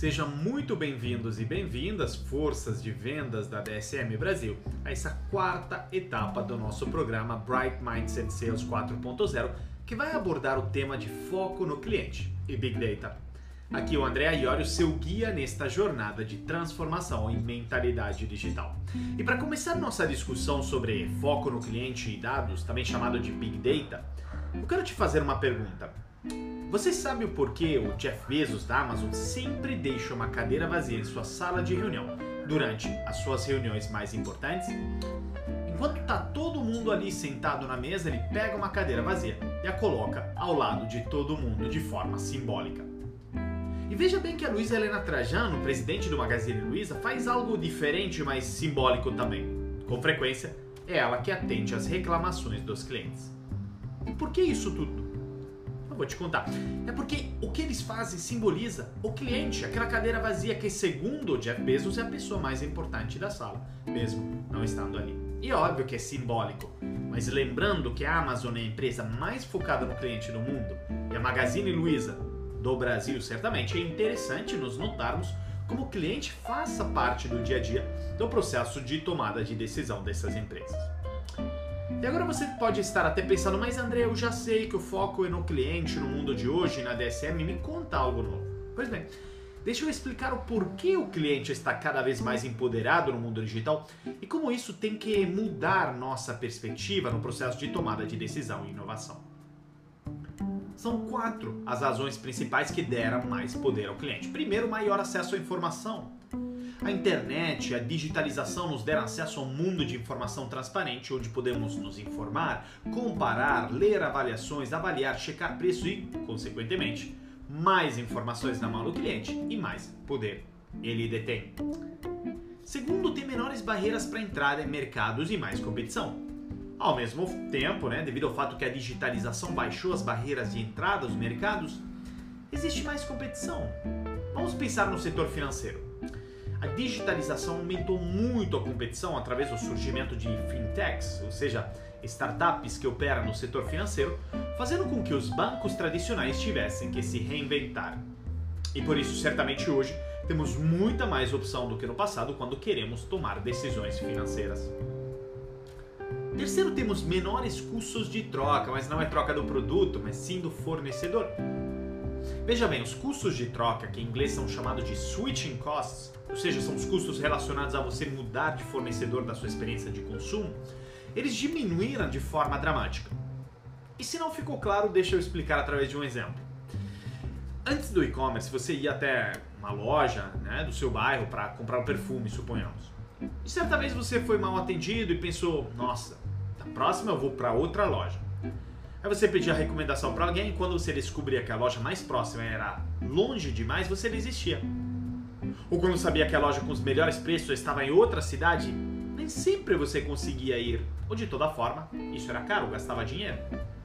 Sejam muito bem-vindos e bem-vindas, forças de vendas da DSM Brasil, a essa quarta etapa do nosso programa Bright Mindset Sales 4.0, que vai abordar o tema de foco no cliente e Big Data. Aqui é o André Aiori, seu guia nesta jornada de transformação em mentalidade digital. E para começar nossa discussão sobre foco no cliente e dados, também chamado de Big Data, eu quero te fazer uma pergunta. Você sabe o porquê o Jeff Bezos da Amazon sempre deixa uma cadeira vazia em sua sala de reunião durante as suas reuniões mais importantes? Enquanto está todo mundo ali sentado na mesa, ele pega uma cadeira vazia e a coloca ao lado de todo mundo de forma simbólica. E veja bem que a Luiza Helena Trajano, presidente do Magazine Luiza, faz algo diferente, mas simbólico também. Com frequência, é ela que atende às reclamações dos clientes. E por que isso tudo? Eu vou te contar. É porque o que eles fazem simboliza o cliente, aquela cadeira vazia que, segundo o Jeff Bezos, é a pessoa mais importante da sala, mesmo não estando ali. E óbvio que é simbólico, mas lembrando que a Amazon é a empresa mais focada no cliente do mundo e a Magazine Luiza do Brasil, certamente é interessante nos notarmos como o cliente faça parte do dia a dia do processo de tomada de decisão dessas empresas. E agora você pode estar até pensando, mas André, eu já sei que o foco é no cliente no mundo de hoje, na DSM, me conta algo novo. Pois bem, deixa eu explicar o porquê o cliente está cada vez mais empoderado no mundo digital e como isso tem que mudar nossa perspectiva no processo de tomada de decisão e inovação. São 4 as razões principais que deram mais poder ao cliente. Primeiro, maior acesso à informação. A internet, a digitalização nos deram acesso a um mundo de informação transparente, onde podemos nos informar, comparar, ler avaliações, avaliar, checar preços e, consequentemente, mais informações na mão do cliente e mais poder ele detém. Segundo, tem menores barreiras para entrada em mercados e mais competição. Ao mesmo tempo, devido ao fato que a digitalização baixou as barreiras de entrada aos mercados, existe mais competição. Vamos pensar no setor financeiro. A digitalização aumentou muito a competição através do surgimento de fintechs, ou seja, startups que operam no setor financeiro, fazendo com que os bancos tradicionais tivessem que se reinventar. E por isso, certamente hoje, temos muita mais opção do que no passado quando queremos tomar decisões financeiras. Terceiro, temos menores custos de troca, mas não é troca do produto, mas sim do fornecedor. Veja bem, os custos de troca, que em inglês são chamados de switching costs, ou seja, são os custos relacionados a você mudar de fornecedor da sua experiência de consumo, eles diminuíram de forma dramática. E se não ficou claro, deixa eu explicar através de um exemplo. Antes do e-commerce, você ia até uma loja do seu bairro para comprar um perfume, suponhamos. E certa vez você foi mal atendido e pensou, nossa, da próxima eu vou para outra loja. Aí você pedia a recomendação para alguém e quando você descobria que a loja mais próxima era longe demais, você desistia. Ou quando sabia que a loja com os melhores preços estava em outra cidade, nem sempre você conseguia ir. Ou de toda forma, isso era caro, gastava dinheiro.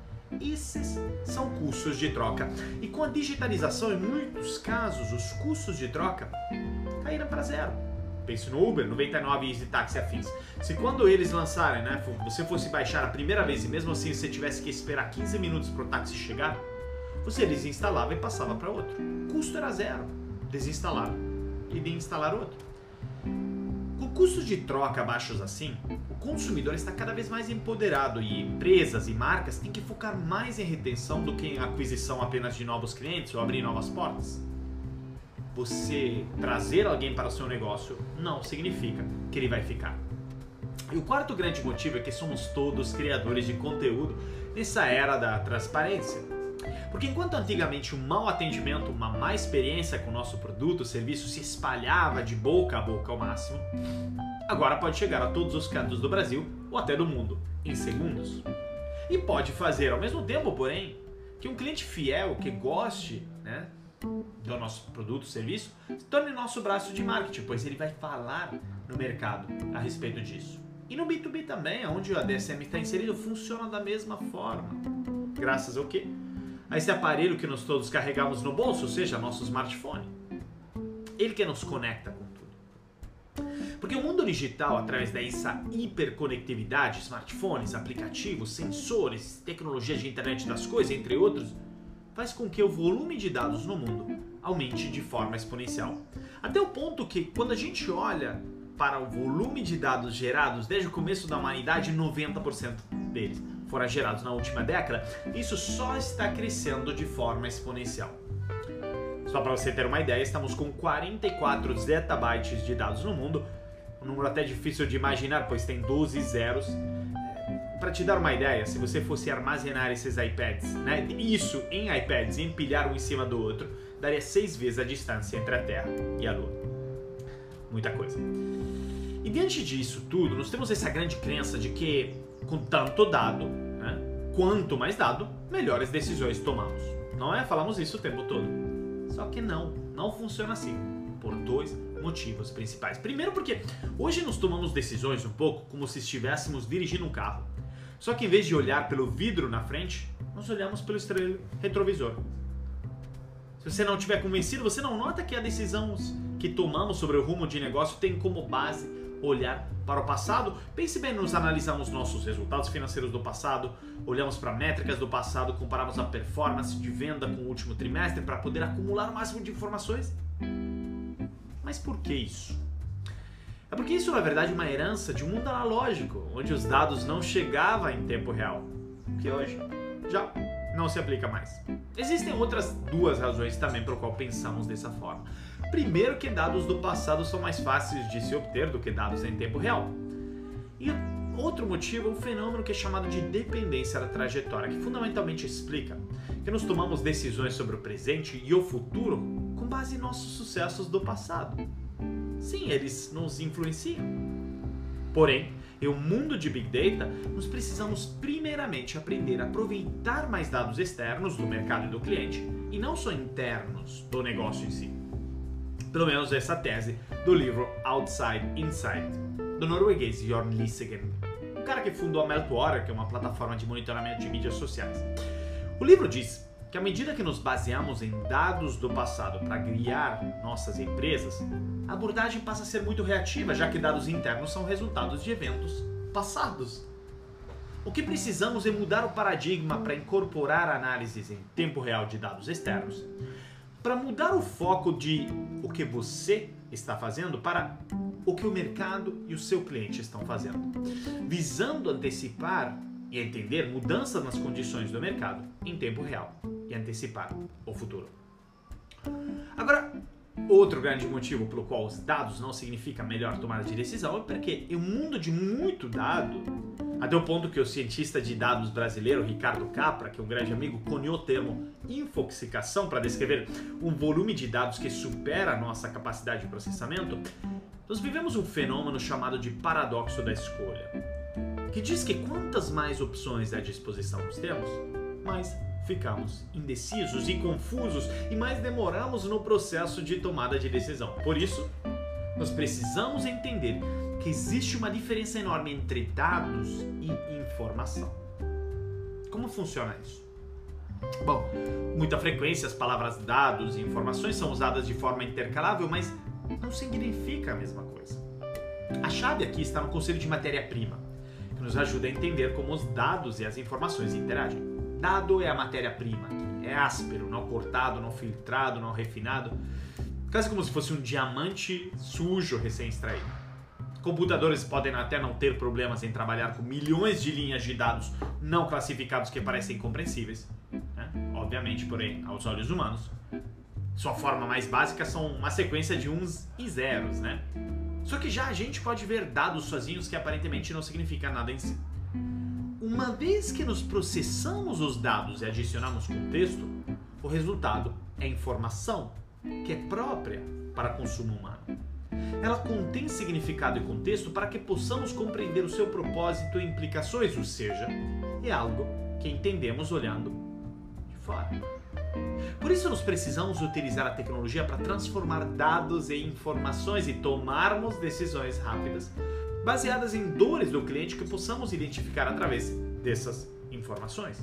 Esses são custos de troca. E com a digitalização, em muitos casos, os custos de troca caíram para zero. Pense no Uber, 99 e Easy Taxi afins. Se quando eles lançarem, você fosse baixar a primeira vez e mesmo assim você tivesse que esperar 15 minutos para o táxi chegar, você desinstalava e passava para outro. O custo era zero. Desinstalar e de instalar outro. Com custos de troca baixos assim, o consumidor está cada vez mais empoderado e empresas e marcas têm que focar mais em retenção do que em aquisição apenas de novos clientes ou abrir novas portas. Você trazer alguém para o seu negócio não significa que ele vai ficar. E o quarto grande motivo é que somos todos criadores de conteúdo nessa era da transparência. Porque enquanto antigamente um mau atendimento, uma má experiência com o nosso produto ou serviço se espalhava de boca a boca ao máximo, agora pode chegar a todos os cantos do Brasil ou até do mundo em segundos. E pode fazer ao mesmo tempo, porém, que um cliente fiel que goste do nosso produto ou serviço se torne nosso braço de marketing, pois ele vai falar no mercado a respeito disso. E no B2B também, onde a DSM está inserido, funciona da mesma forma. Graças ao quê? A esse aparelho que nós todos carregamos no bolso, ou seja, nosso smartphone. Ele que nos conecta com tudo. Porque o mundo digital, através dessa hiperconectividade, smartphones, aplicativos, sensores, tecnologia de internet das coisas, entre outros, faz com que o volume de dados no mundo aumente de forma exponencial. Até o ponto que, quando a gente olha para o volume de dados gerados desde o começo da humanidade, 90% deles foram gerados na última década, isso só está crescendo de forma exponencial. Só para você ter uma ideia, estamos com 44 zettabytes de dados no mundo, um número até difícil de imaginar, pois tem 12 zeros. Para te dar uma ideia, se você fosse armazenar esses iPads, né, isso em iPads e empilhar um em cima do outro, daria 6 vezes a distância entre a Terra e a Lua. Muita coisa. E diante disso tudo, nós temos essa grande crença de que, com tanto dado, né, quanto mais dado, melhores decisões tomamos. Não é? Falamos isso o tempo todo. Só que não funciona assim, por 2 motivos principais. Primeiro porque hoje nós tomamos decisões um pouco como se estivéssemos dirigindo um carro. Só que em vez de olhar pelo vidro na frente, nós olhamos pelo espelho retrovisor. Se você não estiver convencido, você não nota que a decisão que tomamos sobre o rumo de negócio tem como base olhar para o passado? Pense bem, nós analisamos nossos resultados financeiros do passado, olhamos para métricas do passado, comparamos a performance de venda com o último trimestre para poder acumular o máximo de informações. Mas por que isso? É porque isso, na verdade, é uma herança de um mundo analógico, onde os dados não chegavam em tempo real, que hoje já não se aplica mais. Existem outras 2 razões também pelo qual pensamos dessa forma. Primeiro, que dados do passado são mais fáceis de se obter do que dados em tempo real. E outro motivo é um fenômeno que é chamado de dependência da trajetória, que fundamentalmente explica que nós tomamos decisões sobre o presente e o futuro com base em nossos sucessos do passado. Sim, eles nos influenciam. Porém, em um mundo de Big Data, nós precisamos primeiramente aprender a aproveitar mais dados externos do mercado e do cliente e não só internos do negócio em si. Pelo menos essa tese do livro Outside Inside, do norueguês Jørn Lidseth, um cara que fundou a Meltwater, que é uma plataforma de monitoramento de mídias sociais. O livro diz que à medida que nos baseamos em dados do passado para guiar nossas empresas, a abordagem passa a ser muito reativa, já que dados internos são resultados de eventos passados. O que precisamos é mudar o paradigma para incorporar análises em tempo real de dados externos, para mudar o foco de o que você está fazendo para o que o mercado e o seu cliente estão fazendo, visando antecipar e entender mudanças nas condições do mercado em tempo real e antecipar o futuro. Agora, outro grande motivo pelo qual os dados não significa melhor tomada de decisão é porque em um mundo de muito dado, até o ponto que o cientista de dados brasileiro Ricardo Capra, que é um grande amigo, cunhou o termo infoxicação para descrever um volume de dados que supera a nossa capacidade de processamento, nós vivemos um fenômeno chamado de paradoxo da escolha, que diz que quantas mais opções à disposição nós temos, mais ficamos indecisos e confusos e mais demoramos no processo de tomada de decisão. Por isso, nós precisamos entender que existe uma diferença enorme entre dados e informação. Como funciona isso? Bom, com muita frequência as palavras dados e informações são usadas de forma intercalável, mas não significa a mesma coisa. A chave aqui está no conceito de matéria-prima, que nos ajuda a entender como os dados e as informações interagem. Dado é a matéria-prima, é áspero, não cortado, não filtrado, não refinado, quase como se fosse um diamante sujo recém-extraído. Computadores podem até não ter problemas em trabalhar com milhões de linhas de dados não classificados que parecem incompreensíveis, né? Obviamente, porém, aos olhos humanos, sua forma mais básica são uma sequência de uns e zeros, né? Só que já a gente pode ver dados sozinhos que aparentemente não significam nada em si. Uma vez que nos processamos os dados e adicionamos contexto, o resultado é informação que é própria para consumo humano. Ela contém significado e contexto para que possamos compreender o seu propósito e implicações, ou seja, é algo que entendemos olhando de fora. Por isso nós precisamos utilizar a tecnologia para transformar dados em informações e tomarmos decisões rápidas baseadas em dores do cliente que possamos identificar através dessas informações.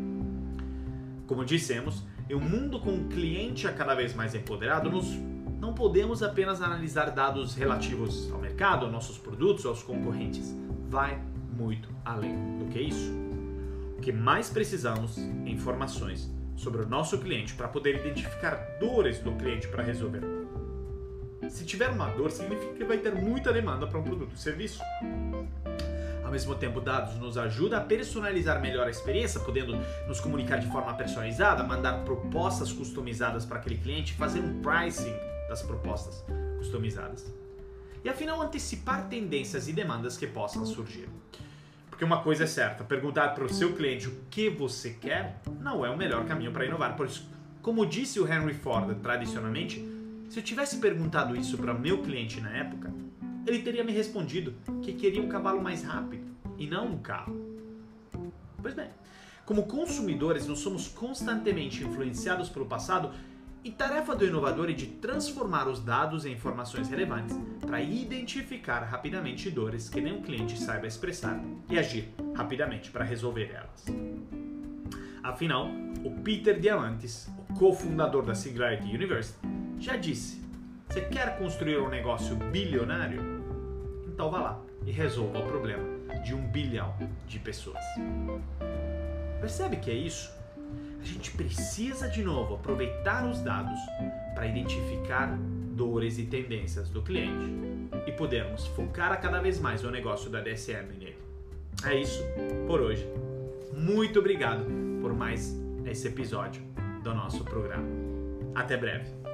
Como dissemos, em um mundo com um cliente a cada vez mais empoderado, nós não podemos apenas analisar dados relativos ao mercado, aos nossos produtos, aos concorrentes. Vai muito além do que isso. O que mais precisamos é informações sobre o nosso cliente para poder identificar dores do cliente para resolver. Se tiver uma dor, significa que vai ter muita demanda para um produto ou serviço. Ao mesmo tempo, dados nos ajudam a personalizar melhor a experiência, podendo nos comunicar de forma personalizada, mandar propostas customizadas para aquele cliente, fazer um pricing das propostas customizadas. E afinal, antecipar tendências e demandas que possam surgir. Porque uma coisa é certa, perguntar para o seu cliente o que você quer não é o melhor caminho para inovar. Por isso, como disse o Henry Ford tradicionalmente, se eu tivesse perguntado isso para meu cliente na época, ele teria me respondido que queria um cavalo mais rápido e não um carro. Pois bem, como consumidores, nós somos constantemente influenciados pelo passado e tarefa do inovador é de transformar os dados em informações relevantes para identificar rapidamente dores que nem o cliente saiba expressar e agir rapidamente para resolver elas. Afinal, o Peter Diamandis, o cofundador da Singularity University, já disse: você quer construir um negócio bilionário? Então vá lá e resolva o problema de 1 bilhão de pessoas. Percebe que é isso? A gente precisa de novo aproveitar os dados para identificar dores e tendências do cliente e podermos focar a cada vez mais o negócio da DSM nele. É isso por hoje. Muito obrigado por mais esse episódio do nosso programa. Até breve.